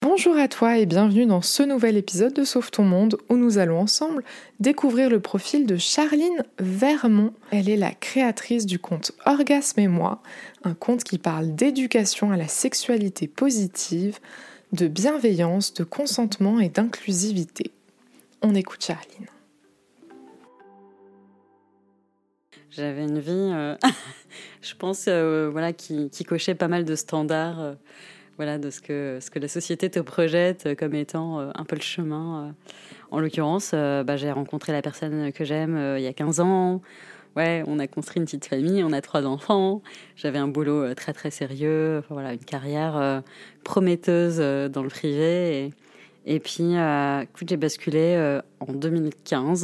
Bonjour à toi et bienvenue dans ce nouvel épisode de Sauve ton monde où nous allons ensemble découvrir le profil de Charline Vermont. Elle est la créatrice du conte Orgasme et moi, un conte qui parle d'éducation à la sexualité positive, de bienveillance, de consentement et d'inclusivité. On écoute Charline. J'avais une vie, je pense, qui cochait pas mal de standards. De ce que la société te projette comme étant un peu le chemin. En l'occurrence, j'ai rencontré la personne que j'aime il y a 15 ans. Ouais, on a construit une petite famille, on a 3 enfants. J'avais un boulot très très sérieux, une carrière prometteuse dans le privé. Et puis, j'ai basculé en 2015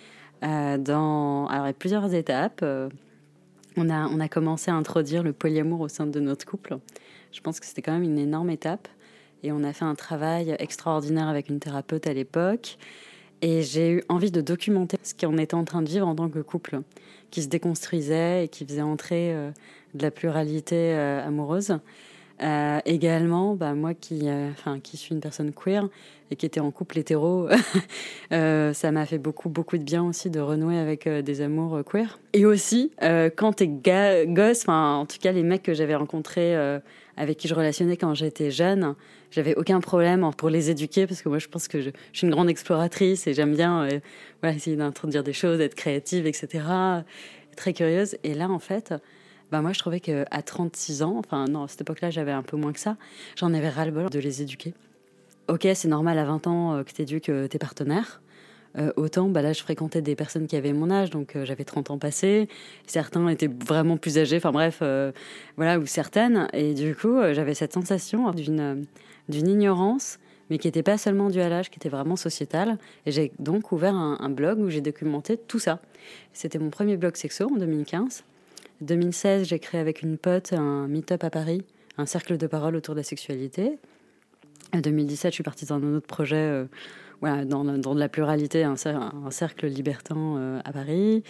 alors, il y a plusieurs étapes. On a commencé à introduire le polyamour au sein de notre couple. Je pense que c'était quand même une énorme étape. Et on a fait un travail extraordinaire avec une thérapeute à l'époque. Et j'ai eu envie de documenter ce qu'on était en train de vivre en tant que couple, qui se déconstruisait et qui faisait entrer de la pluralité amoureuse. Également, moi qui suis une personne queer et qui était en couple hétéro, ça m'a fait beaucoup de bien aussi de renouer avec des amours queer. Et aussi, quand t'es gosse, en tout cas les mecs que j'avais rencontrés avec qui je relationnais quand j'étais jeune, j'avais aucun problème pour les éduquer parce que moi je pense que je suis une grande exploratrice et j'aime bien essayer d'introduire des choses, être créative, etc. Très curieuse. Et là en fait, moi je trouvais qu'à 36 ans, à cette époque-là j'avais un peu moins que ça, j'en avais ras-le-bol de les éduquer. Ok, c'est normal à 20 ans que t'éduques tes partenaires. Autant, là, je fréquentais des personnes qui avaient mon âge, donc j'avais 30 ans passés. Certains étaient vraiment plus âgés, ou certaines. Et du coup, j'avais cette sensation d'une ignorance, mais qui n'était pas seulement due à l'âge, qui était vraiment sociétale. Et j'ai donc ouvert un blog où j'ai documenté tout ça. C'était mon premier blog sexo en 2015. 2016, j'ai créé avec une pote un meet-up à Paris, un cercle de parole autour de la sexualité. En 2017, je suis partie dans un autre projet, dans de la pluralité, un cercle libertin à Paris.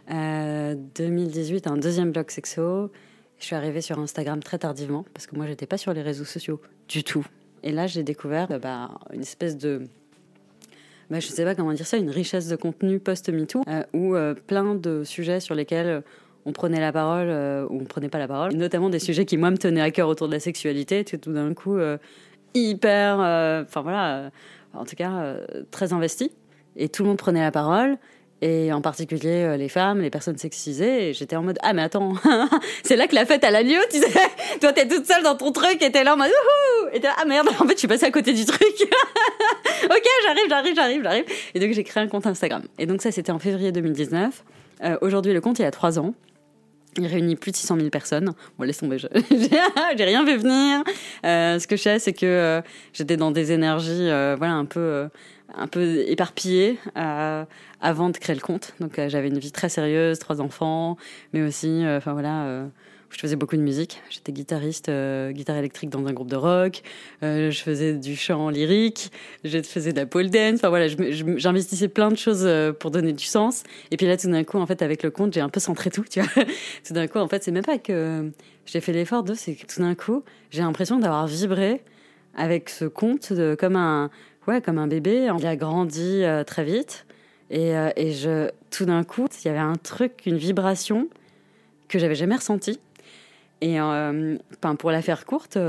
2018, un deuxième blog sexo. Je suis arrivée sur Instagram très tardivement, parce que moi, j'étais pas sur les réseaux sociaux du tout. Et là, j'ai découvert une espèce de... je sais pas comment dire ça, une richesse de contenu post-MeToo, où plein de sujets sur lesquels... on prenait la parole ou on prenait pas la parole, notamment des sujets qui, moi, me tenaient à cœur autour de la sexualité, tout d'un coup, hyper, en tout cas, très investi. Et tout le monde prenait la parole, et en particulier les femmes, les personnes sexisées. Et j'étais en mode, ah, mais attends, c'est là que la fête, elle a lieu, tu sais. Toi, t'es toute seule dans ton truc, et t'es là en mode, wouhou. Et t'es là, ah merde, en fait, je suis passée à côté du truc. Ok, j'arrive. Et donc, j'ai créé un compte Instagram. Et donc, ça, c'était en février 2019. Aujourd'hui, le compte, il a 3 ans. Il réunit plus de 600 000 personnes. Bon, laisse tomber, j'ai rien vu venir. Ce que je sais, c'est que j'étais dans des énergies un peu éparpillées avant de créer le compte. Donc, j'avais une vie très sérieuse, 3 enfants, mais aussi, je faisais beaucoup de musique. J'étais guitariste, guitare électrique dans un groupe de rock. Je faisais du chant lyrique. Je faisais de la pole dance. J'investissais plein de choses pour donner du sens. Et puis là, tout d'un coup, en fait, avec le compte, j'ai un peu centré tout, tu vois. Tout d'un coup, en fait, c'est même pas que j'ai fait l'effort c'est que tout d'un coup, j'ai l'impression d'avoir vibré avec ce compte comme un bébé. Il a grandi très vite. Et tout d'un coup, il y avait un truc, une vibration que j'avais jamais ressentie. Et pour la faire courte,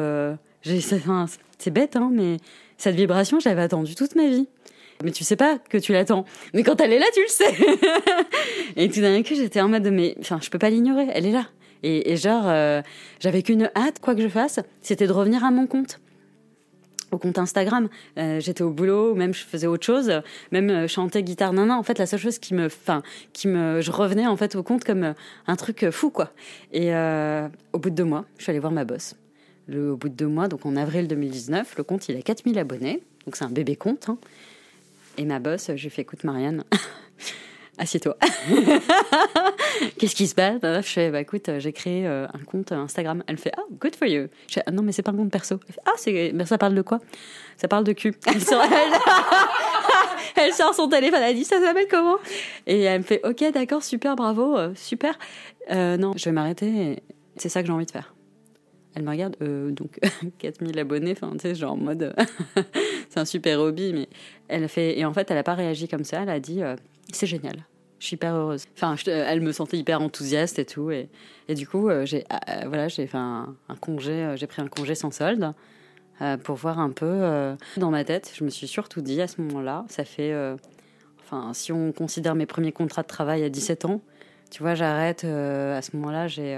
c'est bête, mais cette vibration, je l'avais attendue toute ma vie. Mais tu sais pas que tu l'attends. Mais quand elle est là, tu le sais. Et tout d'un coup, j'étais en mode, je peux pas l'ignorer, elle est là. Et j'avais qu'une hâte, quoi que je fasse, c'était de revenir à mon compte. Au compte Instagram, j'étais au boulot, même je faisais autre chose, même chanter guitare, en fait la seule chose je revenais en fait au compte comme un truc fou quoi. Et au bout de 2 mois, je suis allée voir ma boss. Au bout de 2 mois, donc en avril 2019, le compte il a 4000 abonnés, donc c'est un bébé compte. Et ma boss, je lui ai fait, écoute Marianne, assieds-toi. Qu'est-ce qui se passe? Je fais, écoute, j'ai créé un compte Instagram. Elle fait, good for you. Je fais, non, mais c'est pas un compte perso. Elle fait, ça parle de quoi? Ça parle de cul. Elle sort son téléphone, elle dit, ça s'appelle comment? Et elle me fait, ok, d'accord, super, bravo, super. Non, je vais m'arrêter. C'est ça que j'ai envie de faire. Elle me regarde, donc 4000 abonnés, enfin, tu sais, genre en mode, c'est un super hobby, mais elle fait, et en fait, elle n'a pas réagi comme ça, elle a dit, c'est génial, je suis hyper heureuse. Enfin, elle me sentait hyper enthousiaste et tout, et du coup, j'ai fait un congé, j'ai pris un congé sans solde pour voir un peu dans ma tête. Je me suis surtout dit à ce moment-là, ça fait, si on considère mes premiers contrats de travail à 17 ans, tu vois, j'arrête, à ce moment-là, j'ai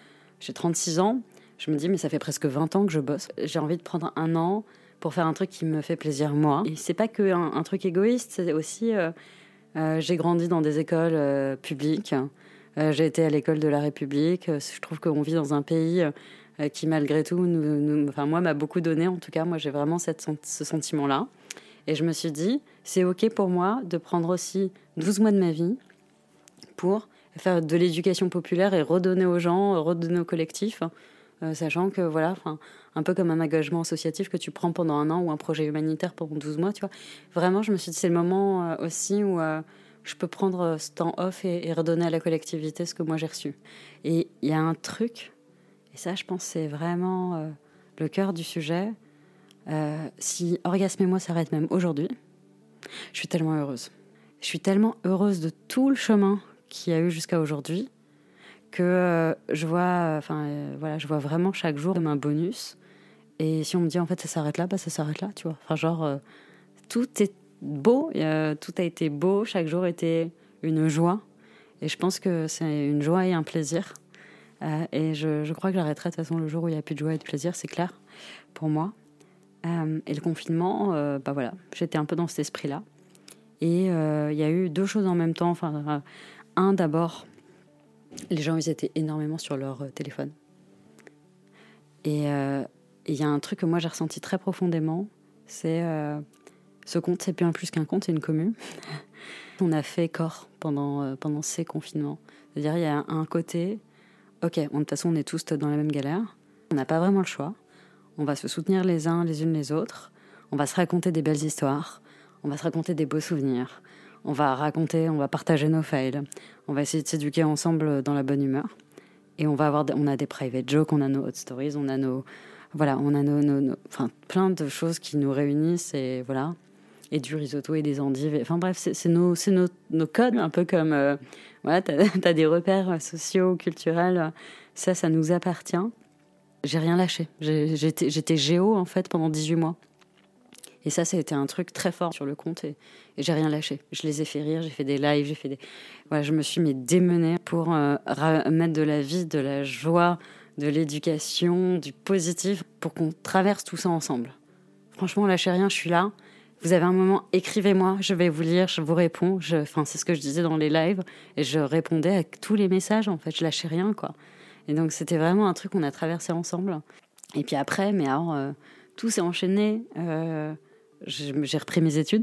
36 ans. Je me dis, mais ça fait presque 20 ans que je bosse. J'ai envie de prendre un an pour faire un truc qui me fait plaisir, moi. Et c'est pas que un truc égoïste, c'est aussi... j'ai grandi dans des écoles publiques. J'ai été à l'école de la République. Je trouve qu'on vit dans un pays qui, malgré tout, moi, m'a beaucoup donné. En tout cas, moi, j'ai vraiment ce sentiment-là. Et je me suis dit, c'est OK pour moi de prendre aussi 12 mois de ma vie pour faire de l'éducation populaire et redonner aux gens, redonner au collectif, sachant que, voilà, un peu comme un engagement associatif que tu prends pendant un an ou un projet humanitaire pendant 12 mois, tu vois. Vraiment, je me suis dit, c'est le moment aussi où je peux prendre ce temps off et redonner à la collectivité ce que moi j'ai reçu. Et il y a un truc, et ça, je pense, c'est vraiment le cœur du sujet. Si Orgasme et moi s'arrête même aujourd'hui, je suis tellement heureuse. Je suis tellement heureuse de tout le chemin qu'il y a eu jusqu'à aujourd'hui que je vois vraiment chaque jour comme un bonus. Et si on me dit en fait ça s'arrête là, ça s'arrête là, tu vois. Tout est beau, tout a été beau, chaque jour était une joie. Et je pense que c'est une joie et un plaisir. Et je crois que j'arrêterai de toute façon le jour où il n'y a plus de joie et de plaisir, c'est clair, pour moi. Et le confinement, j'étais un peu dans cet esprit-là. Et il y a eu deux choses en même temps. Un, d'abord, les gens, ils étaient énormément sur leur téléphone. Et il y a un truc que moi, j'ai ressenti très profondément, c'est ce compte, c'est bien plus qu'un compte, c'est une commu. On a fait corps pendant ces confinements. C'est-à-dire, il y a un côté, OK, de toute façon, on est tous dans la même galère. On n'a pas vraiment le choix. On va se soutenir les uns les unes les autres. On va se raconter des belles histoires. On va se raconter des beaux souvenirs. On va partager nos fails. On va essayer de s'éduquer ensemble dans la bonne humeur. Et on a des private jokes, on a nos hot stories, on a plein de choses qui nous réunissent et voilà. Et du risotto et des endives. Enfin bref, c'est nos codes, un peu comme, t'as des repères sociaux, culturels. Ça nous appartient. J'ai rien lâché. J'étais géo, en fait, pendant 18 mois. Et ça a été un truc très fort sur le compte et j'ai rien lâché. Je les ai fait rire, j'ai fait des lives, je me suis démenée pour mettre de la vie, de la joie, de l'éducation, du positif, pour qu'on traverse tout ça ensemble. Franchement, lâchez rien, je suis là. Vous avez un moment, écrivez-moi, je vais vous lire, je vous réponds. C'est ce que je disais dans les lives et je répondais à tous les messages, en fait. Je lâchais rien, quoi. Et donc, c'était vraiment un truc qu'on a traversé ensemble. Et puis après, tout s'est enchaîné. J'ai repris mes études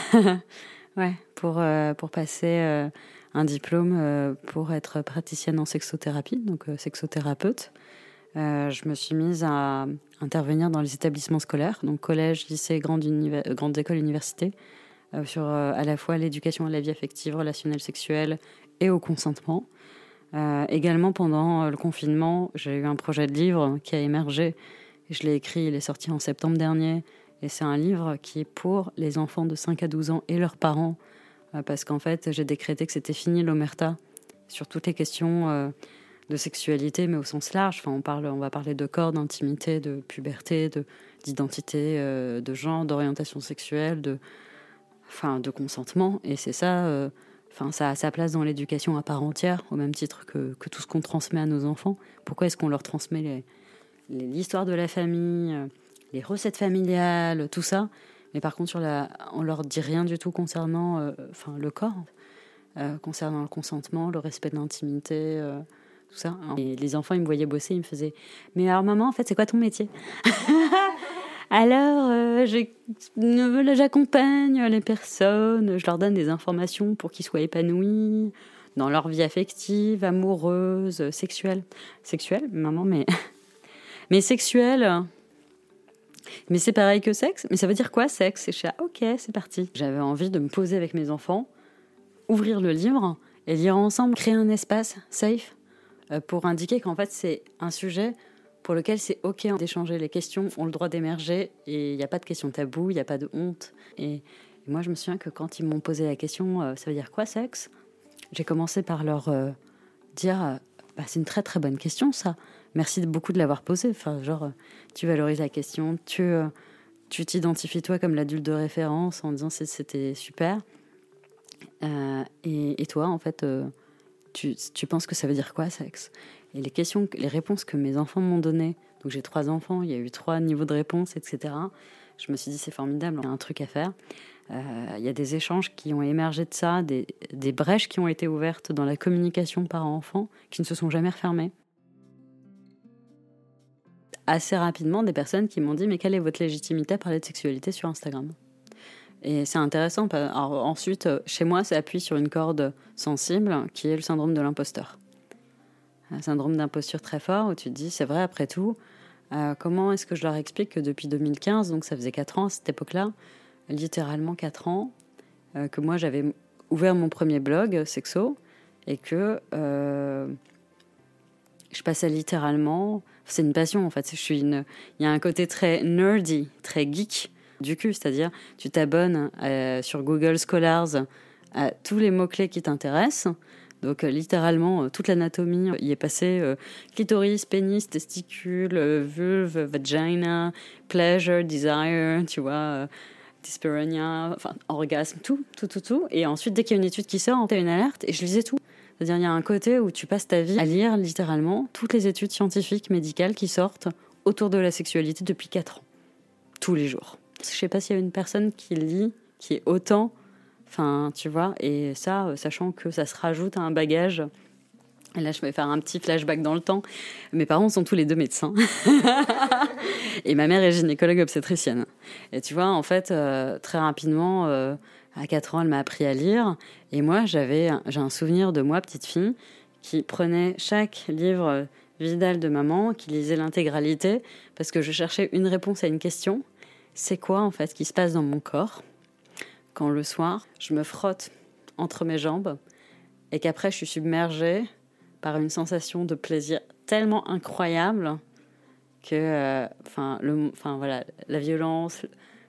pour passer un diplôme pour être praticienne en sexothérapie, donc sexothérapeute. Je me suis mise à intervenir dans les établissements scolaires, donc collège, lycée, grandes écoles, universités, sur à la fois l'éducation à la vie affective, relationnelle, sexuelle et au consentement. Également, pendant le confinement, j'ai eu un projet de livre qui a émergé. Je l'ai écrit, il est sorti en septembre dernier. Et c'est un livre qui est pour les enfants de 5 à 12 ans et leurs parents. Parce qu'en fait, j'ai décrété que c'était fini l'omerta sur toutes les questions de sexualité, mais au sens large. On va parler de corps, d'intimité, de puberté, d'identité, de genre, d'orientation sexuelle, de consentement. Et c'est ça... ça a sa place dans l'éducation à part entière, au même titre que tout ce qu'on transmet à nos enfants. Pourquoi est-ce qu'on leur transmet l'histoire de la famille, les recettes familiales, tout ça, mais par contre on leur dit rien du tout concernant le corps, concernant le consentement, le respect de l'intimité, tout ça. Et les enfants, ils me voyaient bosser, ils me faisaient « Mais alors maman, en fait, c'est quoi ton métier ?» Alors, j'accompagne les personnes, je leur donne des informations pour qu'ils soient épanouis dans leur vie affective, amoureuse, sexuelle. Sexuelle, maman, mais sexuelle. Mais c'est pareil que sexe. Mais ça veut dire quoi, sexe ? Et je suis là, ok, c'est parti. J'avais envie de me poser avec mes enfants, ouvrir le livre et lire ensemble, créer un espace safe pour indiquer qu'en fait, c'est un sujet pour lequel c'est OK d'échanger. Les questions ont le droit d'émerger et il n'y a pas de questions tabou, il n'y a pas de honte. Et moi, je me souviens que quand ils m'ont posé la question « ça veut dire quoi, sexe ?» J'ai commencé par leur dire c'est une très très bonne question, ça. Merci beaucoup de l'avoir posée. Enfin, genre, tu valorises la question, tu t'identifies toi comme l'adulte de référence en disant c'était super. Et toi, en fait, tu penses que ça veut dire quoi, sexe ? Et les réponses que mes enfants m'ont données, donc j'ai 3 enfants, il y a eu 3 niveaux de réponse, etc. Je me suis dit, c'est formidable, il y a un truc à faire. Il y a des échanges qui ont émergé de ça, des brèches qui ont été ouvertes dans la communication parent-enfant, qui ne se sont jamais refermées. Assez rapidement, des personnes qui m'ont dit, mais quelle est votre légitimité à parler de sexualité sur Instagram ? Et c'est intéressant. Alors, ensuite, chez moi, ça appuie sur une corde sensible qui est le syndrome de l'imposteur. Un syndrome d'imposture très fort où tu te dis, c'est vrai, après tout, comment est-ce que je leur explique que depuis 2015, donc ça faisait 4 ans à cette époque-là, littéralement 4 ans, que moi j'avais ouvert mon premier blog sexo et que je passais littéralement... C'est une passion en fait. Il y a un côté très nerdy, très geek du cul, c'est-à-dire tu t'abonnes sur Google Scholars à tous les mots-clés qui t'intéressent. Donc littéralement, toute l'anatomie y est passée. Clitoris, pénis, testicule, vulve, vagina, pleasure, desire, tu vois, dyspareunia, enfin orgasme, tout. Et ensuite, dès qu'il y a une étude qui sort, t'as une alerte et je lisais tout. C'est-à-dire, il y a un côté où tu passes ta vie à lire littéralement toutes les études scientifiques, médicales qui sortent autour de la sexualité depuis 4 ans, tous les jours. Je sais pas s'il y a une personne qui lit, qui est autant... Enfin, tu vois, et ça, sachant que ça se rajoute à un bagage. Et là, je vais faire un petit flashback dans le temps. Mes parents sont tous les 2 médecins. Et ma mère est gynécologue obstétricienne. Et tu vois, en fait, très rapidement, à 4 ans, elle m'a appris à lire. Et moi, j'ai un souvenir de moi, petite fille, qui prenait chaque livre Vidal de maman, qui lisait l'intégralité, parce que je cherchais une réponse à une question. C'est quoi, en fait, ce qui se passe dans mon corps quand le soir, je me frotte entre mes jambes et qu'après, je suis submergée par une sensation de plaisir tellement incroyable que, voilà, la violence,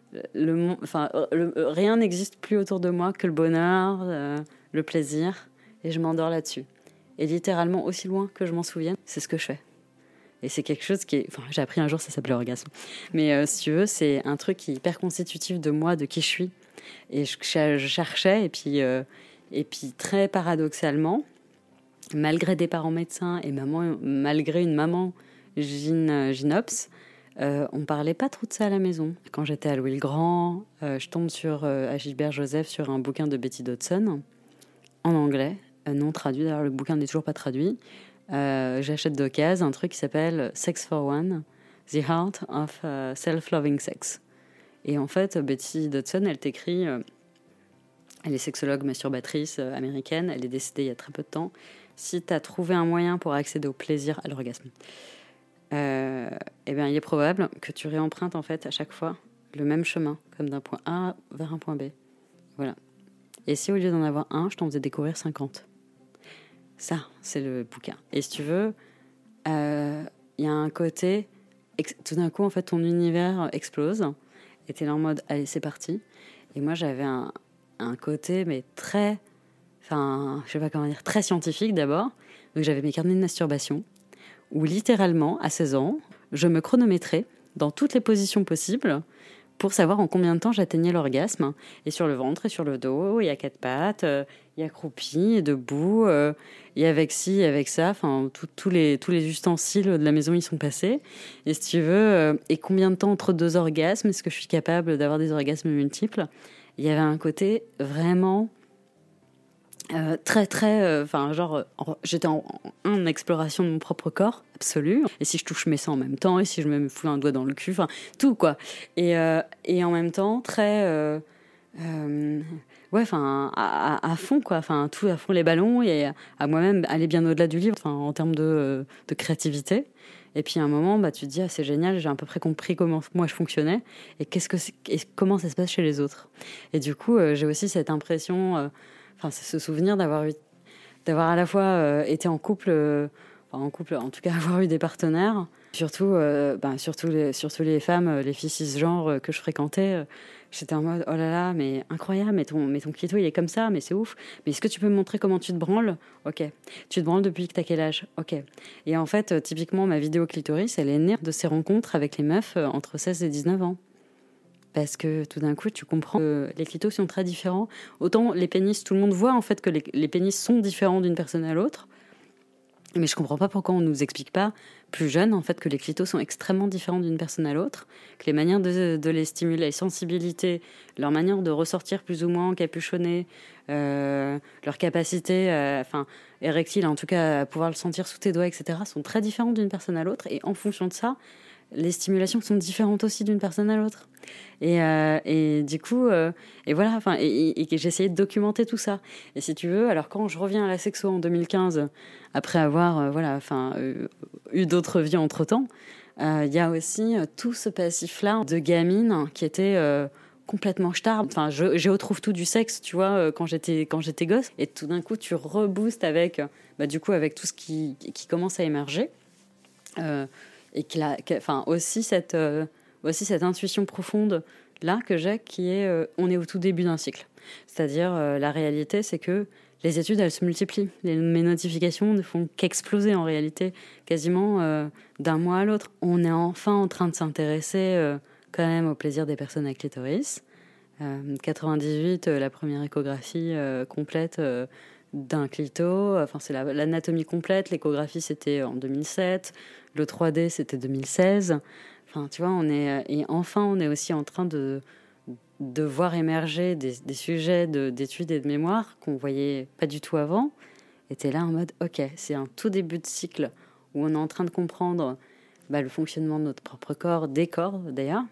rien n'existe plus autour de moi que le bonheur, le plaisir, et je m'endors là-dessus. Et littéralement, aussi loin que je m'en souvienne, c'est ce que je fais. Et c'est quelque chose qui est... Enfin, j'ai appris un jour, ça s'appelait orgasme. Mais si tu veux, c'est un truc qui est hyper constitutif de moi, de qui je suis. Et je cherchais, et puis très paradoxalement, malgré des parents médecins et malgré une maman gynops, on parlait pas trop de ça à la maison. Quand j'étais à Louis-le-Grand, je tombe à Gilbert Joseph sur un bouquin de Betty Dodson, en anglais, non traduit, d'ailleurs le bouquin n'est toujours pas traduit. J'achète d'occasion un truc qui s'appelle Sex for One, The Heart of Self-Loving Sex. Et en fait, Betty Dodson, elle t'écrit... elle est sexologue masturbatrice américaine. Elle est décédée il y a très peu de temps. Si tu as trouvé un moyen pour accéder au plaisir, à l'orgasme, eh bien, il est probable que tu réempruntes en fait à chaque fois le même chemin, comme d'un point A vers un point B. Voilà. Et si au lieu d'en avoir un, je t'en faisais découvrir 50. Ça, c'est le bouquin. Et si tu veux, il y a un côté... Tout d'un coup, en fait, ton univers explose. Et t'es là en mode, allez, c'est parti. Et moi, j'avais un côté, mais très... Enfin, je sais pas comment dire, très scientifique d'abord. Donc, j'avais mes carnets de masturbation, où littéralement, à 16 ans, je me chronométrais dans toutes les positions possibles pour savoir en combien de temps j'atteignais l'orgasme. Et sur le ventre, et sur le dos, et à 4 pattes, et accroupi, et debout, et avec ci, et avec ça. Enfin, tous les ustensiles de la maison, ils sont passés. Et si tu veux, et combien de temps entre 2 orgasmes? Est-ce que je suis capable d'avoir des orgasmes multiples? Il y avait un côté vraiment... j'étais en exploration de mon propre corps absolue, et si je touche mes seins en même temps, et si je me fous un doigt dans le cul, enfin tout quoi, et en même temps très à fond quoi, enfin tout à fond les ballons, et à moi-même aller bien au-delà du livre, enfin en termes de créativité. Et puis à un moment, tu te dis, c'est génial, j'ai à peu près compris comment moi je fonctionnais et comment ça se passe chez les autres. Et du coup, j'ai aussi cette impression, c'est ce souvenir d'avoir à la fois été en couple en couple, en tout cas avoir eu des partenaires. Surtout les femmes, les filles cisgenres que je fréquentais, j'étais en mode oh là là, mais incroyable, mais ton clito il est comme ça, mais c'est ouf. Mais est-ce que tu peux me montrer comment tu te branles? Ok. Tu te branles depuis que t'as quel âge? Ok. Et en fait, typiquement, ma vidéo clitoris, elle est née de ces rencontres avec les meufs entre 16 et 19 ans. Parce que tout d'un coup, tu comprends que les clitos sont très différents. Autant les pénis, tout le monde voit en fait que les pénis sont différents d'une personne à l'autre. Mais je comprends pas pourquoi on nous explique pas, plus jeune, en fait, que les clitos sont extrêmement différents d'une personne à l'autre, que les manières de les stimuler, les sensibilités, leur manière de ressortir plus ou moins encapuchonnée, leur capacité, érectile, en tout cas, à pouvoir le sentir sous tes doigts, etc., sont très différentes d'une personne à l'autre. Et en fonction de ça, les stimulations sont différentes aussi d'une personne à l'autre. Et du coup, et voilà, et j'ai essayé de documenter tout ça. Et si tu veux, alors quand je reviens à la sexo en 2015, après avoir eu d'autres vies entre-temps, il y a aussi tout ce passif-là de gamine qui était complètement ch'tarde. Enfin, je retrouve tout du sexe, tu vois, quand j'étais gosse. Et tout d'un coup, tu reboostes avec tout ce qui commence à émerger. Et aussi cette intuition profonde là que j'ai, qui est on est au tout début d'un cycle. C'est-à-dire la réalité, c'est que les études, elles se multiplient. Mes notifications ne font qu'exploser en réalité, quasiment d'un mois à l'autre. On est enfin en train de s'intéresser quand même au plaisir des personnes à clitoris. 98, la première échographie complète d'un clito, c'est l'anatomie complète. L'échographie, c'était en 2007. Le 3D, c'était 2016. Enfin, tu vois, on est aussi en train de voir émerger des sujets d'études et de mémoire qu'on voyait pas du tout avant. Et t'es là en mode, ok, c'est un tout début de cycle où on est en train de comprendre le fonctionnement de notre propre corps, des corps d'ailleurs.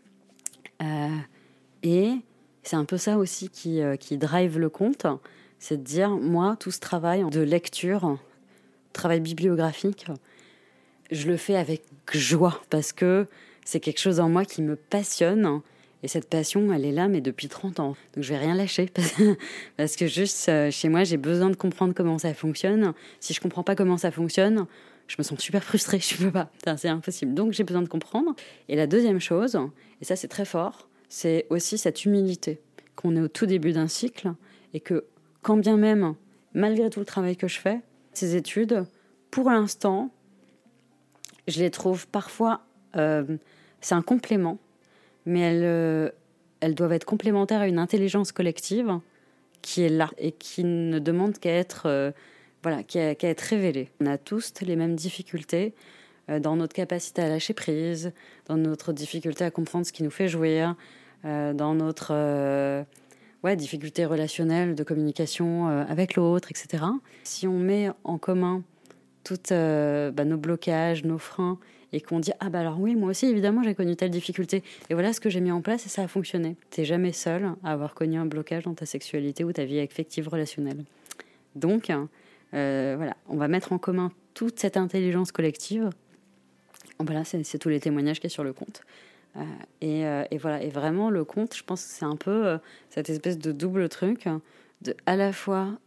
Et c'est un peu ça aussi qui drive le compte. C'est de dire, moi, tout ce travail de lecture, travail bibliographique, je le fais avec joie parce que c'est quelque chose en moi qui me passionne. Et cette passion, elle est là, mais depuis 30 ans. Donc je vais rien lâcher parce que juste chez moi, j'ai besoin de comprendre comment ça fonctionne. Si je comprends pas comment ça fonctionne, je me sens super frustrée, je peux pas. C'est impossible. Donc j'ai besoin de comprendre. Et la deuxième chose, et ça c'est très fort, c'est aussi cette humilité, qu'on est au tout début d'un cycle et que quand bien même, malgré tout le travail que je fais, ces études, pour l'instant, je les trouve parfois, c'est un complément, mais elles doivent être complémentaires à une intelligence collective qui est là et qui ne demande qu'à être, qu'à être révélée. On a tous les mêmes difficultés dans notre capacité à lâcher prise, dans notre difficulté à comprendre ce qui nous fait jouir, dans notre difficulté relationnelle de communication avec l'autre, etc. Si on met en commun tous nos blocages, nos freins, et qu'on dit ah alors oui, moi aussi évidemment j'ai connu telle difficulté et voilà ce que j'ai mis en place et ça a fonctionné. T'es jamais seul à avoir connu un blocage dans ta sexualité ou ta vie affective relationnelle. Donc on va mettre en commun toute cette intelligence collective. Voilà, c'est tous les témoignages qu'il y a sur le compte. Et vraiment le compte, je pense que c'est un peu cette espèce de double truc de à la fois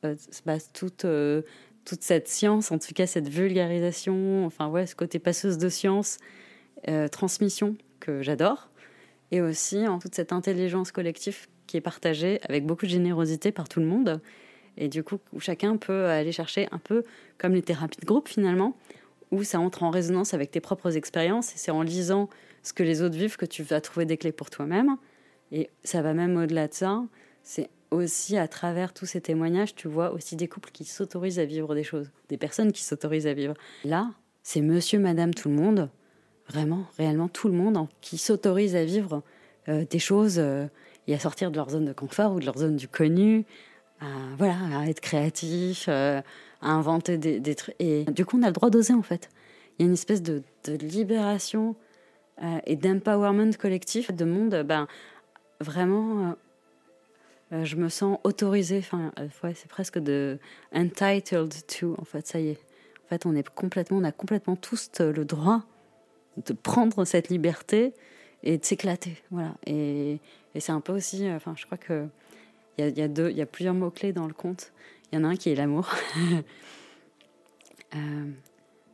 toute cette science, en tout cas cette vulgarisation, ce côté passeuse de science, transmission que j'adore, et aussi toute cette intelligence collective qui est partagée avec beaucoup de générosité par tout le monde, et du coup où chacun peut aller chercher un peu comme les thérapies de groupe finalement, où ça entre en résonance avec tes propres expériences, et c'est en lisant ce que les autres vivent que tu vas trouver des clés pour toi-même, et ça va même au-delà de ça, c'est aussi à travers tous ces témoignages, tu vois aussi des couples qui s'autorisent à vivre des choses, des personnes qui s'autorisent à vivre. Là, c'est monsieur, madame, tout le monde, vraiment, réellement tout le monde qui s'autorise à vivre des choses et à sortir de leur zone de confort ou de leur zone du connu, à être créatif, à inventer des trucs. Et du coup, on a le droit d'oser en fait. Il y a une espèce de libération et d'empowerment collectif de monde, vraiment... je me sens autorisée, c'est presque de entitled to, en fait, ça y est. En fait, on a complètement tous le droit de prendre cette liberté et de s'éclater, voilà. Et c'est un peu aussi, je crois que il y a plusieurs mots-clés dans le conte. Il y en a un qui est l'amour.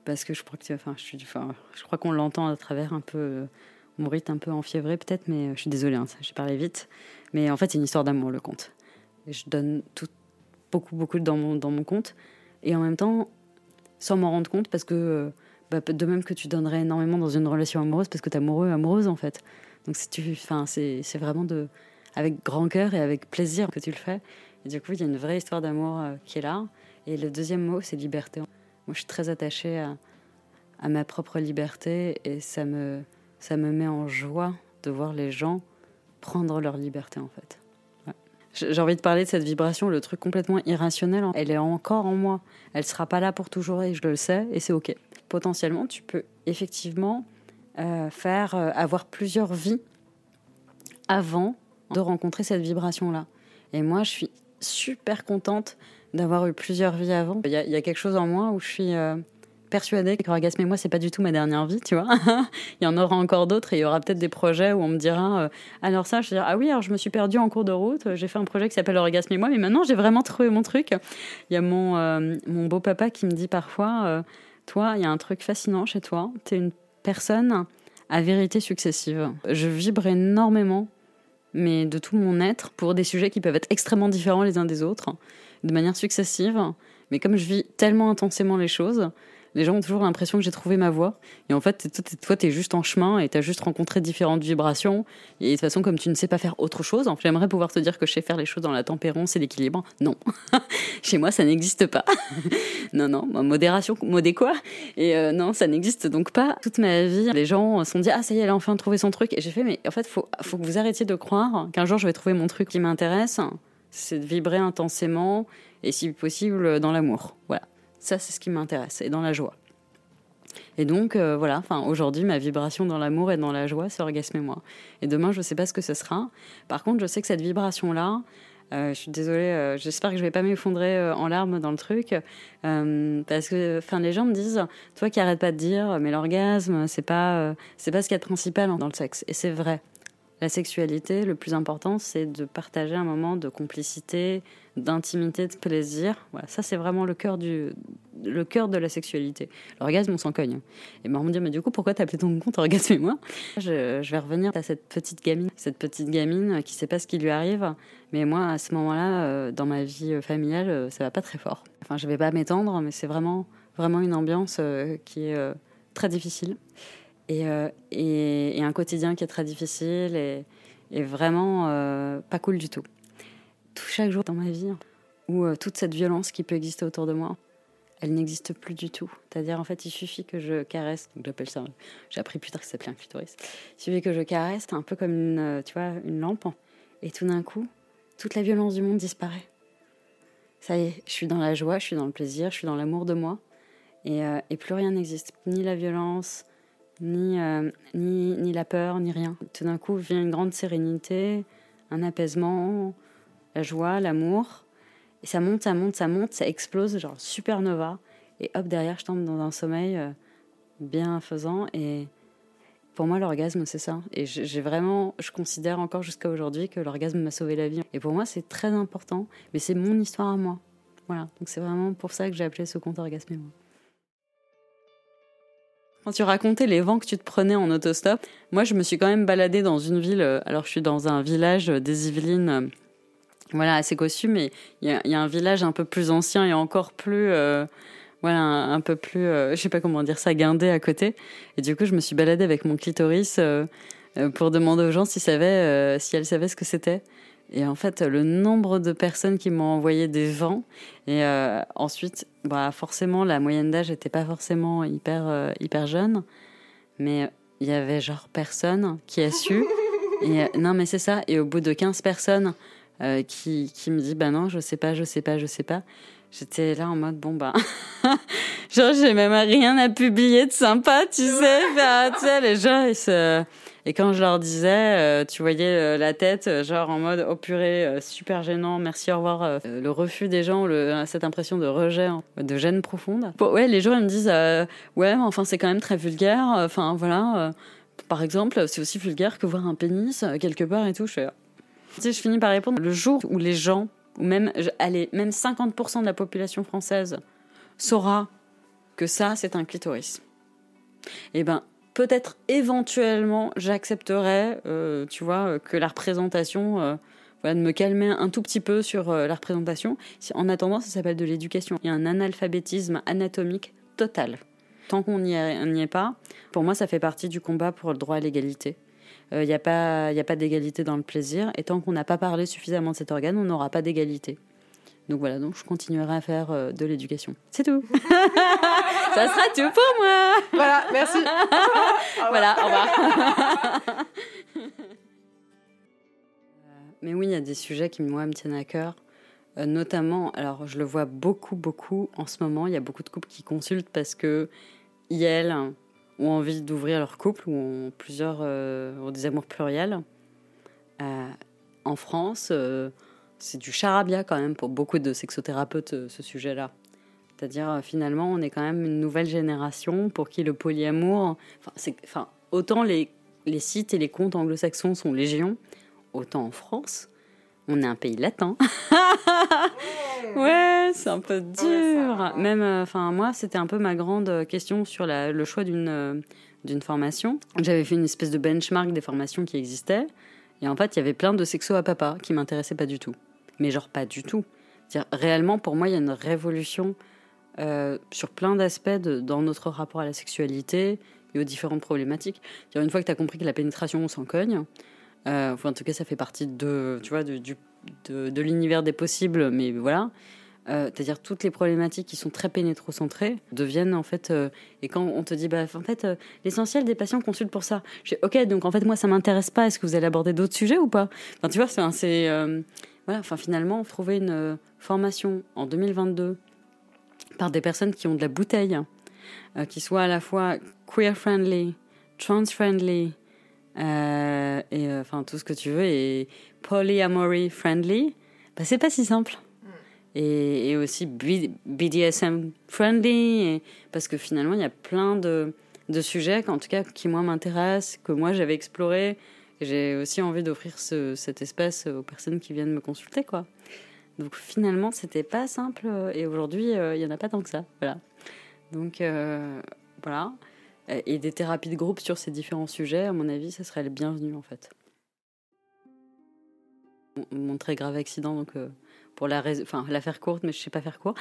parce que je crois qu'on l'entend à travers un peu mon rythme un peu enfiévré peut-être, mais je suis désolée, hein, j'ai parlé vite. Mais en fait, c'est une histoire d'amour, le conte. Et je donne beaucoup dans mon conte, et en même temps, sans m'en rendre compte, parce que de même que tu donnerais énormément dans une relation amoureuse, parce que t'es amoureuse en fait. Donc c'est vraiment avec grand cœur et avec plaisir que tu le fais. Et du coup, il y a une vraie histoire d'amour qui est là. Et le deuxième mot, c'est liberté. Moi, je suis très attachée à ma propre liberté, et ça me met en joie de voir les gens prendre leur liberté, en fait. Ouais. J'ai envie de parler de cette vibration, le truc complètement irrationnel. Elle est encore en moi. Elle sera pas là pour toujours, et je le sais, et c'est OK. Potentiellement, tu peux effectivement avoir plusieurs vies avant de rencontrer cette vibration-là. Et moi, je suis super contente d'avoir eu plusieurs vies avant. Il y a quelque chose en moi où je suis persuadée que Orgasme et moi, c'est pas du tout ma dernière vie, tu vois. Il y en aura encore d'autres, et il y aura peut-être des projets où on me dira alors ça, je vais dire ah oui, alors je me suis perdue en cours de route, j'ai fait un projet qui s'appelle Orgasme et moi, mais maintenant j'ai vraiment trouvé mon truc. Il y a mon beau papa qui me dit parfois toi, il y a un truc fascinant chez toi, t'es une personne à vérité successive. Je vibre énormément, mais de tout mon être, pour des sujets qui peuvent être extrêmement différents les uns des autres, de manière successive. Mais comme je vis tellement intensément les choses, les gens ont toujours l'impression que j'ai trouvé ma voie. Et en fait, toi, t'es juste en chemin, et t'as juste rencontré différentes vibrations. Et de toute façon, comme tu ne sais pas faire autre chose, j'aimerais pouvoir te dire que je sais faire les choses dans la tempérance et l'équilibre. Non. Chez moi, ça n'existe pas. Non, modération, modé quoi. Et non, ça n'existe donc pas. Toute ma vie, les gens se sont dit ah, ça y est, elle a enfin trouvé son truc. Et j'ai fait mais en fait, faut que vous arrêtiez de croire qu'un jour je vais trouver mon truc qui m'intéresse. C'est de vibrer intensément, et si possible dans l'amour. Voilà. Ça, c'est ce qui m'intéresse, et dans la joie. Et donc, aujourd'hui, ma vibration dans l'amour et dans la joie, c'est Orgasme et moi. Et demain, je ne sais pas ce que ce sera. Par contre, je sais que cette vibration-là, je suis désolée, j'espère que je ne vais pas m'effondrer en larmes dans le truc, parce que les gens me disent, toi qui n'arrêtes pas de dire, mais l'orgasme, c'est pas ce qu'il y a de principal dans le sexe. Et c'est vrai. La sexualité, le plus important, c'est de partager un moment de complicité, d'intimité, de plaisir. Voilà, ça, c'est vraiment le cœur de la sexualité. L'orgasme, on s'en cogne. Et on me dit, mais du coup, pourquoi t'as appelé ton compte Orgasme et moi ? Je vais revenir à cette petite gamine qui sait pas ce qui lui arrive. Mais moi, à ce moment-là, dans ma vie familiale, ça va pas très fort. Enfin, je vais pas m'étendre, mais c'est vraiment une ambiance qui est très difficile. Et un quotidien qui est très difficile et vraiment pas cool du tout. Chaque jour dans ma vie où toute cette violence qui peut exister autour de moi, elle n'existe plus du tout. C'est-à-dire, en fait, il suffit que je caresse, donc j'appelle ça, j'ai appris plus tard que ça s'appelait un clitoris, il suffit que je caresse, un peu comme une lampe, et tout d'un coup, toute la violence du monde disparaît. Ça y est, je suis dans la joie, je suis dans le plaisir, je suis dans l'amour de moi, et plus rien n'existe, ni la violence, ni la peur, ni rien. Tout d'un coup vient une grande sérénité, un apaisement, la joie, l'amour. Et ça monte, ça explose, genre supernova. Et hop, derrière, je tombe dans un sommeil bienfaisant. Et pour moi, l'orgasme, c'est ça. Et je considère encore jusqu'à aujourd'hui que l'orgasme m'a sauvé la vie. Et pour moi, c'est très important. Mais c'est mon histoire à moi. Voilà. Donc c'est vraiment pour ça que j'ai appelé ce compte Orgasme et moi. Quand tu racontais les vents que tu te prenais en autostop, moi, je me suis quand même baladée dans une ville. Alors, je suis dans un village des Yvelines, assez cossu, mais il y a un village un peu plus ancien et encore plus, un peu plus, je sais pas comment dire ça, guindé à côté. Et du coup, je me suis baladée avec mon clitoris pour demander aux gens si elles savaient ce que c'était. Et en fait, le nombre de personnes qui m'ont envoyé des vents. Et ensuite, forcément, la moyenne d'âge n'était pas forcément hyper jeune. Mais il y avait genre personne qui a su. Et non, mais c'est ça. Et au bout de 15 personnes qui me dit, non, je sais pas. J'étais là en mode, genre, j'ai même rien à publier de sympa, tu sais. Les gens, et quand je leur disais, tu voyais la tête, genre en mode, oh purée, super gênant, merci, au revoir. Le refus des gens, cette impression de rejet, de gêne profonde. Les gens, ils me disent, mais enfin, c'est quand même très vulgaire. Enfin, voilà. Par exemple, c'est aussi vulgaire que voir un pénis quelque part et tout. Je finis par répondre, le jour où les gens, ou même 50% de la population française saura que ça, c'est un clitoris. Et ben, peut-être éventuellement, j'accepterais, tu vois, que la représentation, voilà, de me calmer un tout petit peu sur la représentation. En attendant, ça s'appelle de l'éducation. Il y a un analphabétisme anatomique total. Tant qu'on n'y est pas, pour moi, ça fait partie du combat pour le droit à l'égalité. Il n'y a pas d'égalité dans le plaisir. Et tant qu'on n'a pas parlé suffisamment de cet organe, on n'aura pas d'égalité. Donc voilà, donc je continuerai à faire de l'éducation. C'est tout. Ça sera tout pour moi. Voilà, merci. Voilà, au revoir. Mais oui, il y a des sujets qui, moi, me tiennent à cœur. Notamment, alors je le vois beaucoup en ce moment, il y a beaucoup de couples qui consultent parce que elles ont envie d'ouvrir leur couple ou ont des amours pluriels. En France, c'est du charabia quand même pour beaucoup de sexothérapeutes, ce sujet-là. C'est-à-dire, finalement, on est quand même une nouvelle génération pour qui le polyamour... autant les sites et les comptes anglo-saxons sont légion, autant en France, on est un pays latin. Ouais, c'est un peu dur. Même, moi, c'était un peu ma grande question sur le choix d'une formation. J'avais fait une espèce de benchmark des formations qui existaient. Et en fait, il y avait plein de sexo à papa qui m'intéressaient pas du tout. Mais genre pas du tout. C'est-à-dire, réellement, pour moi, il y a une révolution sur plein d'aspects dans notre rapport à la sexualité et aux différentes problématiques. Une fois que tu as compris que la pénétration, on s'en cogne, en tout cas, ça fait partie de l'univers des possibles, mais voilà. C'est-à-dire toutes les problématiques qui sont très pénétrocentrées deviennent en fait... et quand on te dit, l'essentiel des patients consultent pour ça. Je dis, ok, donc en fait, moi, ça m'intéresse pas. Est-ce que vous allez aborder d'autres sujets ou pas? Tu vois, finalement, trouver une formation en 2022 par des personnes qui ont de la bouteille, qui soient à la fois queer-friendly, trans-friendly, et tout ce que tu veux, et polyamory-friendly, c'est pas si simple. Et aussi BDSM friendly, parce que finalement il y a plein de sujets en tout cas qui moi m'intéressent, que moi j'avais exploré, et j'ai aussi envie d'offrir cet espace aux personnes qui viennent me consulter, quoi. Donc finalement c'était pas simple, et aujourd'hui il y en a pas tant que ça, voilà. Donc voilà, et des thérapies de groupe sur ces différents sujets, à mon avis ça serait le bienvenu en fait. Mon très grave accident, donc pour la faire courte, mais je sais pas faire court.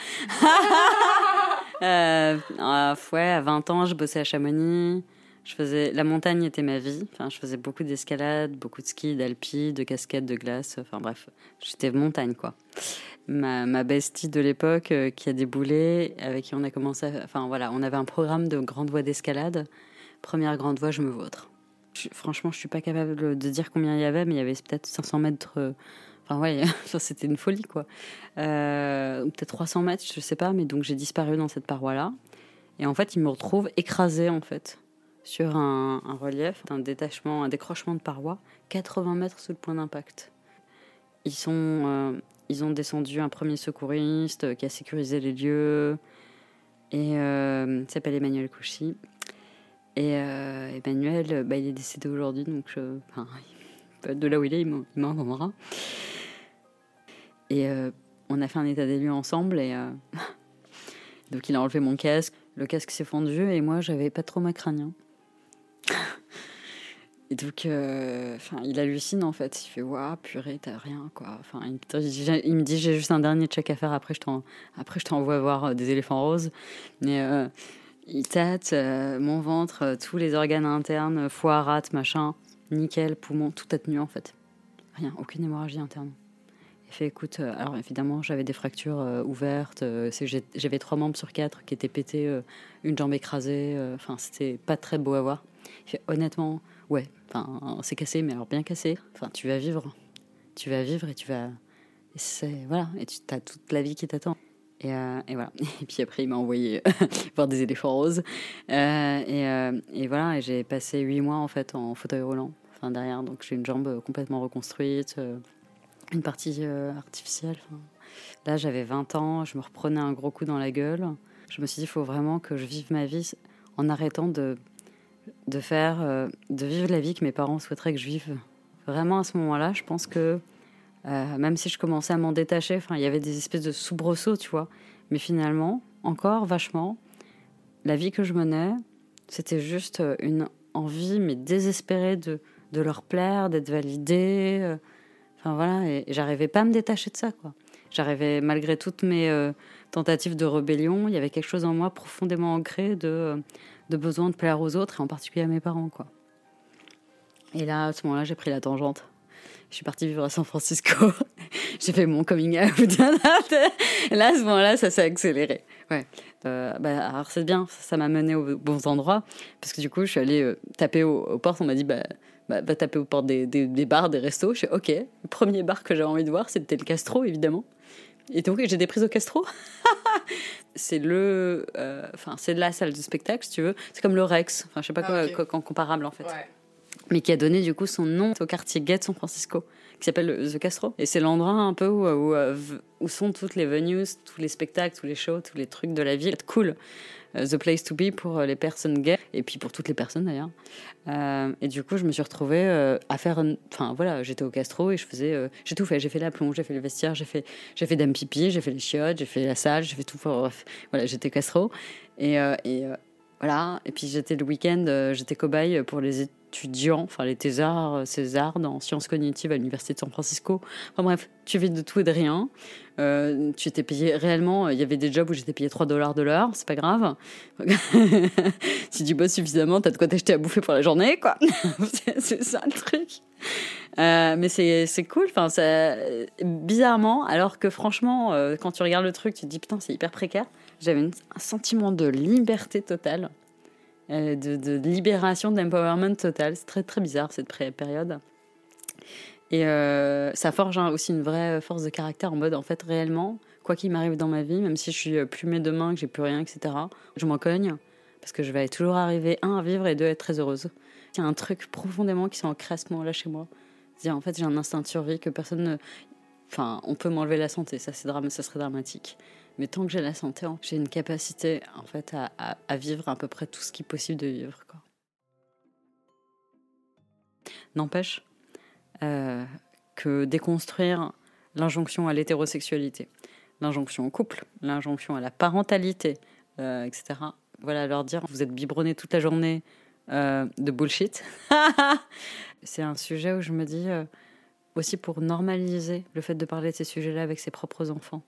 À 20 ans, je bossais à Chamonix. La montagne était ma vie. Je faisais beaucoup d'escalade, beaucoup de ski, d'alpi, de casquettes, de glace. Bref, j'étais montagne, quoi. Ma bestie de l'époque qui a déboulé, avec qui on a commencé on avait un programme de grande voie d'escalade. Première grande voie, je me vautre. Franchement, je suis pas capable de dire combien il y avait, mais il y avait peut-être 500 mètres... c'était une folie, quoi. Peut-être 300 mètres, je sais pas, mais donc j'ai disparu dans cette paroi-là. Et en fait, ils me retrouvent écrasée, en fait, sur un relief, un décrochement de paroi, 80 mètres sous le point d'impact. Ils ont descendu un premier secouriste qui a sécurisé les lieux, et il s'appelle Emmanuel Couchy. Et Emmanuel, il est décédé aujourd'hui, donc de là où il est, il m'entendra. Et on a fait un état des lieux ensemble, et donc il a enlevé mon casque. Le casque s'est fendu, et moi, j'avais pas de trauma crânien. Et donc, il hallucine, en fait. Il fait, waouh, purée, t'as rien, quoi. Il me dit, j'ai juste un dernier check à faire, après je t'envoie voir des éléphants roses. Mais il tâte mon ventre, tous les organes internes, foie, rate, machin, nickel, poumon, tout a tenu, en fait. Rien, aucune hémorragie interne. Il fait, écoute, alors évidemment, j'avais des fractures ouvertes, j'avais 3 membres sur 4 qui étaient pétés, une jambe écrasée, c'était pas très beau à voir. Il fait, honnêtement, ouais, c'est cassé, mais alors bien cassé. Tu vas vivre et tu vas... Et tu as toute la vie qui t'attend. Et voilà. Et puis après, il m'a envoyé voir des éléphants roses. Et voilà, et j'ai passé 8 mois, en fait, en fauteuil roulant, derrière. Donc j'ai une jambe complètement reconstruite, une partie artificielle. Là, j'avais 20 ans, je me reprenais un gros coup dans la gueule. Je me suis dit, il faut vraiment que je vive ma vie en arrêtant de vivre la vie que mes parents souhaiteraient que je vive. Vraiment, à ce moment-là, je pense que même si je commençais à m'en détacher, il y avait des espèces de soubresauts, tu vois. Mais finalement, encore vachement, la vie que je menais, c'était juste une envie, mais désespérée de leur plaire, d'être validée. Enfin voilà, et j'arrivais pas à me détacher de ça, quoi. J'arrivais, malgré toutes mes tentatives de rébellion, il y avait quelque chose en moi profondément ancré de besoin de plaire aux autres, et en particulier à mes parents, quoi. Et là, à ce moment-là, j'ai pris la tangente. Je suis partie vivre à San Francisco. J'ai fait mon coming out. Et là, à ce moment-là, ça s'est accéléré. Ouais. Alors c'est bien, ça m'a mené aux bons endroits. Parce que du coup, je suis allée taper aux portes. On m'a dit, va taper aux portes des bars, des restos. Je suis OK. Le premier bar que j'avais envie de voir, c'était le Castro, évidemment. Et donc, j'ai des prises au Castro. C'est c'est la salle de spectacle, si tu veux. C'est comme le Rex. Enfin, je sais pas quoi comparable, en fait. Ouais. Mais qui a donné du coup son nom au quartier gay de San Francisco, qui s'appelle The Castro. Et c'est l'endroit un peu où sont toutes les venues, tous les spectacles, tous les shows, tous les trucs de la ville. C'est cool. The place to be pour les personnes gays, et puis pour toutes les personnes d'ailleurs. Et du coup, je me suis retrouvée à faire... Enfin voilà, j'étais au Castro et je faisais... j'ai tout fait. J'ai fait la plonge, j'ai fait le vestiaire, j'ai fait dame pipi, j'ai fait les chiottes, j'ai fait la salle, j'ai fait tout. Bref, voilà, j'étais Castro. Voilà. Et puis j'étais le week-end, j'étais cobaye pour les étudiants, enfin les César dans sciences cognitives à l'université de San Francisco. Enfin bref, tu vis de tout et de rien. Tu étais payé réellement, il y avait des jobs où j'étais payé $3 de l'heure, c'est pas grave. Si tu bosses suffisamment, t'as de quoi t'acheter à bouffer pour la journée, quoi. C'est ça le truc. Mais c'est cool, enfin, bizarrement, alors que franchement, quand tu regardes le truc, tu te dis putain, c'est hyper précaire. J'avais un sentiment de liberté totale, de libération, d'empowerment total. C'est très très bizarre cette période. Et ça forge aussi une vraie force de caractère en mode, en fait, réellement, quoi qu'il m'arrive dans ma vie, même si je suis plumée demain, que j'ai plus rien, etc., je m'en cogne, parce que je vais toujours arriver, à vivre, et 2, à être très heureuse. Il y a un truc profondément qui s'est ancré à ce moment-là chez moi. C'est-à-dire, en fait, j'ai un instinct de survie que personne ne... Enfin, on peut m'enlever la santé, ça serait dramatique. Mais tant que j'ai la santé, j'ai une capacité, en fait, à vivre à peu près tout ce qui est possible de vivre, quoi. N'empêche que déconstruire l'injonction à l'hétérosexualité, l'injonction au couple, l'injonction à la parentalité, etc. Voilà, leur dire, vous êtes biberonnés toute la journée de bullshit. C'est un sujet où je me dis, aussi pour normaliser le fait de parler de ces sujets-là avec ses propres enfants.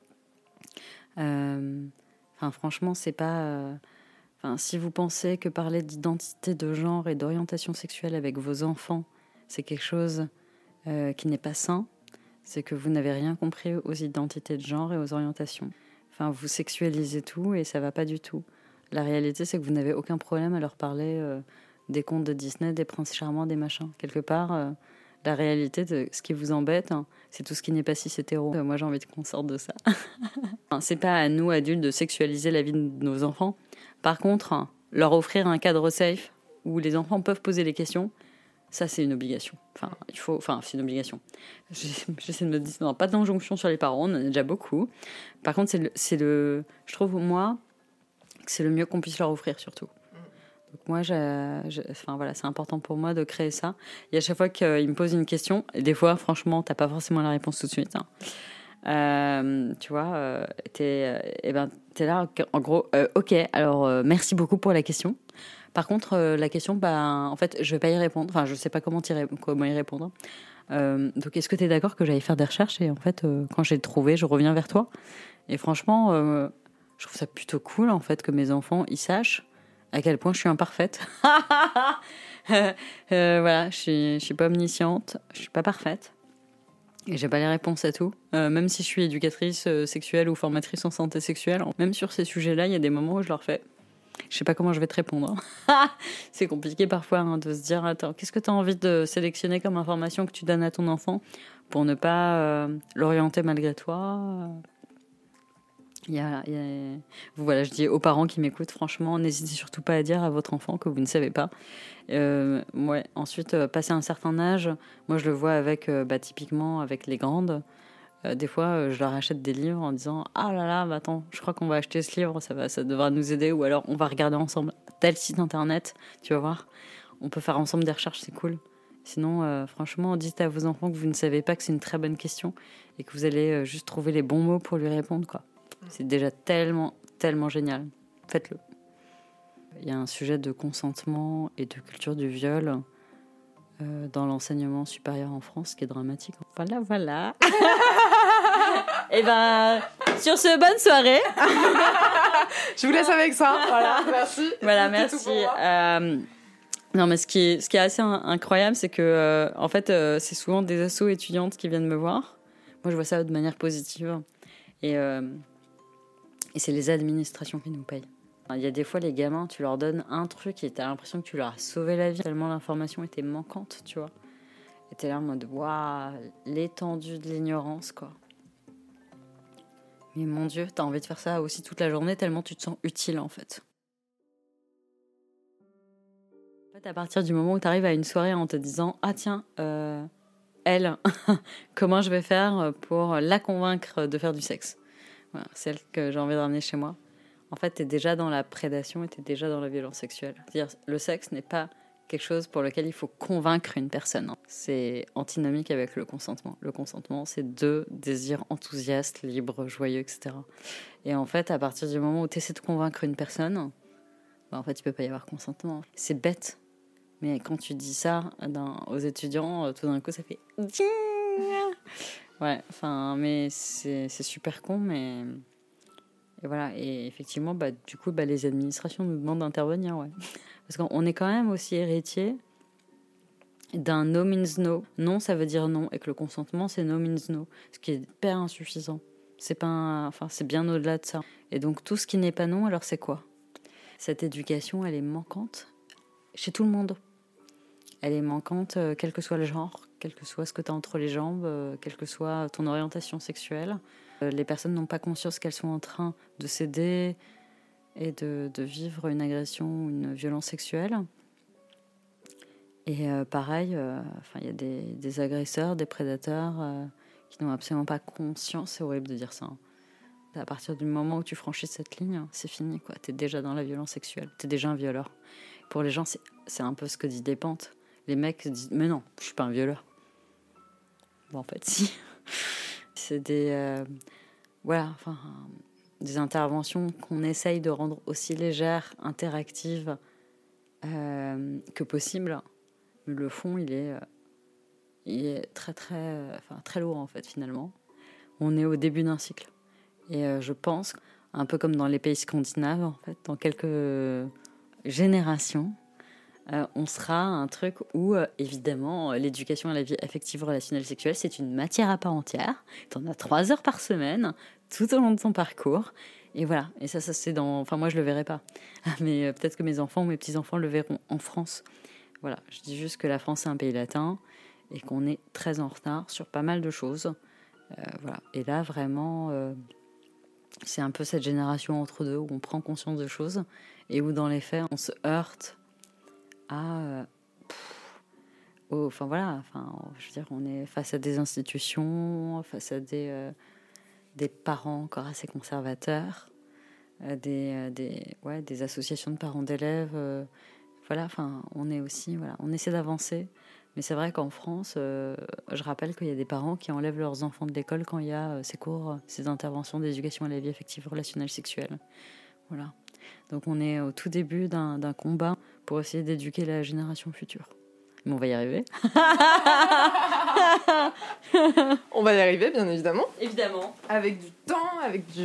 Franchement, c'est pas... si vous pensez que parler d'identité de genre et d'orientation sexuelle avec vos enfants, c'est quelque chose qui n'est pas sain, c'est que vous n'avez rien compris aux identités de genre et aux orientations. Enfin, vous sexualisez tout et ça va pas du tout. La réalité, c'est que vous n'avez aucun problème à leur parler des contes de Disney, des princes charmants, des machins. Quelque part, la réalité de ce qui vous embête, c'est tout ce qui n'est pas cis hétéro. Moi, j'ai envie qu'on sorte de ça. C'est pas à nous, adultes, de sexualiser la vie de nos enfants. Par contre, leur offrir un cadre safe où les enfants peuvent poser les questions, ça, c'est une obligation. C'est une obligation. J'essaie de me dire, non, pas d'injonction sur les parents, on en a déjà beaucoup. Par contre, je trouve, moi, que c'est le mieux qu'on puisse leur offrir, surtout. Donc moi, c'est important pour moi de créer ça. Et à chaque fois qu'ils me posent une question, et des fois, franchement, t'as pas forcément la réponse tout de suite. Tu vois, t'es là, en gros, ok, alors merci beaucoup pour la question. Par contre, la question, en fait, je vais pas y répondre. Enfin, je sais pas comment y répondre. Donc, est-ce que tu es d'accord que j'aille faire des recherches et en fait, quand j'ai trouvé, je reviens vers toi. Et franchement, je trouve ça plutôt cool en fait que mes enfants ils sachent à quel point je suis imparfaite. Voilà, je suis pas omnisciente, je suis pas parfaite. Et j'ai pas les réponses à tout. Même si je suis éducatrice sexuelle ou formatrice en santé sexuelle, même sur ces sujets-là, il y a des moments où je leur fais. Je sais pas comment je vais te répondre. C'est compliqué parfois de se dire, attends, qu'est-ce que tu as envie de sélectionner comme information que tu donnes à ton enfant pour ne pas l'orienter malgré toi. Voilà, je dis aux parents qui m'écoutent, franchement, n'hésitez surtout pas à dire à votre enfant que vous ne savez pas. Ensuite, passé un certain âge, moi je le vois avec, typiquement avec les grandes. Des fois, je leur achète des livres en disant « Ah là là, attends, je crois qu'on va acheter ce livre, ça devra nous aider. » Ou alors, on va regarder ensemble tel site internet, tu vas voir. On peut faire ensemble des recherches, c'est cool. Sinon, franchement, dites à vos enfants que vous ne savez pas, que c'est une très bonne question et que vous allez juste trouver les bons mots pour lui répondre, quoi. C'est déjà tellement, tellement génial. Faites-le. Il y a un sujet de consentement et de culture du viol dans l'enseignement supérieur en France qui est dramatique. Voilà. Et ben, sur ce, bonne soirée. Je vous laisse avec ça. Voilà, merci. Voilà, merci. Non, mais ce qui est assez incroyable, c'est que en fait, c'est souvent des assos étudiantes qui viennent me voir. Moi, je vois ça de manière positive. Et c'est les administrations qui nous payent. Il y a des fois, les gamins, tu leur donnes un truc et t'as l'impression que tu leur as sauvé la vie, tellement l'information était manquante, tu vois. Et t'es là en mode, waouh, l'étendue de l'ignorance, quoi. Mais mon Dieu, t'as envie de faire ça aussi toute la journée, tellement tu te sens utile, en fait. En fait, à partir du moment où t'arrives à une soirée en te disant, ah tiens, elle, comment je vais faire pour la convaincre de faire du sexe ? Voilà, celle que j'ai envie de ramener chez moi. En fait, t'es déjà dans la prédation et t'es déjà dans la violence sexuelle. C'est-à-dire, le sexe n'est pas quelque chose pour lequel il faut convaincre une personne. C'est antinomique avec le consentement. Le consentement, c'est deux désirs enthousiastes, libres, joyeux, etc. Et en fait, à partir du moment où tu essaies de convaincre une personne, en fait, il peut pas y avoir consentement. C'est bête. Mais quand tu dis ça aux étudiants, tout d'un coup, ça fait... Ouais, enfin, mais c'est super con, mais... Et voilà, et effectivement, du coup, les administrations nous demandent d'intervenir, ouais. Parce qu'on est quand même aussi héritier d'un no means no. Non, ça veut dire non, et que le consentement, c'est no means no. Ce qui est hyper insuffisant. C'est bien au-delà de ça. Et donc, tout ce qui n'est pas non, alors c'est quoi ? Cette éducation, elle est manquante chez tout le monde. Elle est manquante, quel que soit le genre, quel que soit ce que tu as entre les jambes, quelle que soit ton orientation sexuelle. Les personnes n'ont pas conscience qu'elles sont en train de céder et de vivre une agression ou une violence sexuelle. Et pareil, il y a des agresseurs, des prédateurs qui n'ont absolument pas conscience. C'est horrible de dire ça. À partir du moment où tu franchis cette ligne, c'est fini, quoi. T'es déjà dans la violence sexuelle. T'es déjà un violeur. Pour les gens, c'est un peu ce que dit Despentes. Les mecs se disent « Mais non, je suis pas un violeur. » Bon, en fait, si. C'est des interventions qu'on essaye de rendre aussi légères, interactives que possible. Mais le fond, il est très, très lourd, en fait, finalement. On est au début d'un cycle. Et je pense, un peu comme dans les pays scandinaves, en fait, dans quelques générations, on sera un truc où, évidemment, l'éducation à la vie affective, relationnelle, sexuelle, c'est une matière à part entière. T'en as 3 heures par semaine, tout au long de ton parcours. Et voilà. Et ça c'est dans... Enfin, moi, je le verrai pas. Mais peut-être que mes enfants ou mes petits-enfants le verront en France. Voilà. Je dis juste que la France, c'est un pays latin et qu'on est très en retard sur pas mal de choses. Voilà. Et là, vraiment... c'est un peu cette génération entre deux où on prend conscience de choses et où, dans les faits, on se heurte je veux dire, on est face à des institutions, face à des parents encore assez conservateurs, des associations de parents d'élèves. On est aussi, on essaie d'avancer. Mais c'est vrai qu'en France, je rappelle qu'il y a des parents qui enlèvent leurs enfants de l'école quand il y a ces cours, ces interventions d'éducation à la vie affective, relationnelle, sexuelle. Voilà. Donc on est au tout début d'un combat pour essayer d'éduquer la génération future. Mais on va y arriver. On va y arriver, bien évidemment. Évidemment. Avec du temps,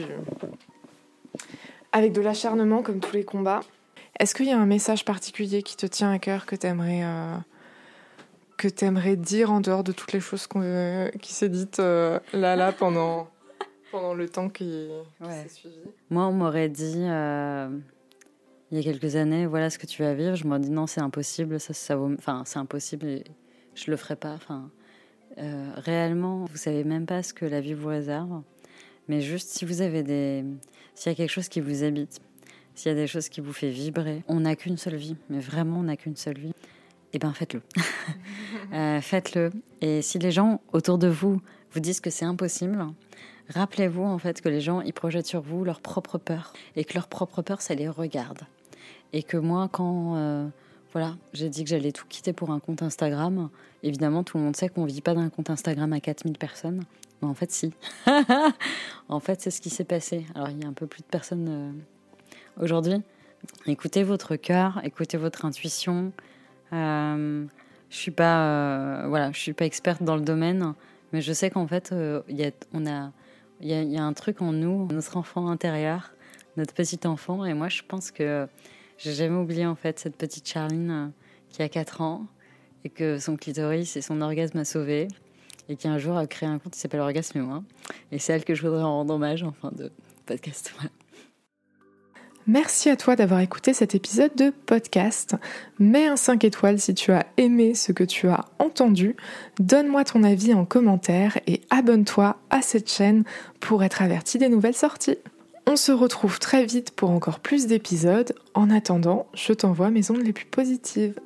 avec de l'acharnement, comme tous les combats. Est-ce qu'il y a un message particulier qui te tient à cœur que t'aimerais dire en dehors de toutes les choses qui s'est dites là pendant le temps qui s'est suivi? Moi, on m'aurait dit il y a quelques années, voilà ce que tu vas vivre. Je m'aurais dit non, c'est impossible, c'est impossible et je le ferai pas. Réellement, vous savez même pas ce que la vie vous réserve. Mais juste si vous avez s'il y a quelque chose qui vous habite, s'il y a des choses qui vous fait vibrer, on n'a qu'une seule vie, mais vraiment on n'a qu'une seule vie. Eh ben faites-le. Faites-le. Et si les gens autour de vous vous disent que c'est impossible, rappelez-vous en fait que les gens ils projettent sur vous leur propre peur et que leur propre peur ça les regarde. Et que moi quand j'ai dit que j'allais tout quitter pour un compte Instagram, évidemment tout le monde sait qu'on vit pas d'un compte Instagram à 4000 personnes. Mais en fait si. En fait c'est ce qui s'est passé. Alors il y a un peu plus de personnes aujourd'hui. écoutez votre cœur, écoutez votre intuition. Je suis pas experte dans le domaine, mais je sais qu'en fait, il y a un truc en nous, notre enfant intérieur, notre petit enfant. Et moi, je pense que j'ai jamais oublié en fait cette petite Charline qui a 4 ans et que son clitoris et son orgasme a sauvé et qui un jour a créé un compte qui s'appelle Orgasme et moi. Et c'est elle que je voudrais en rendre hommage en fin de podcast. Voilà. Merci à toi d'avoir écouté cet épisode de podcast. Mets un 5 étoiles si tu as aimé ce que tu as entendu. Donne-moi ton avis en commentaire et abonne-toi à cette chaîne pour être averti des nouvelles sorties. On se retrouve très vite pour encore plus d'épisodes. En attendant, je t'envoie mes ondes les plus positives.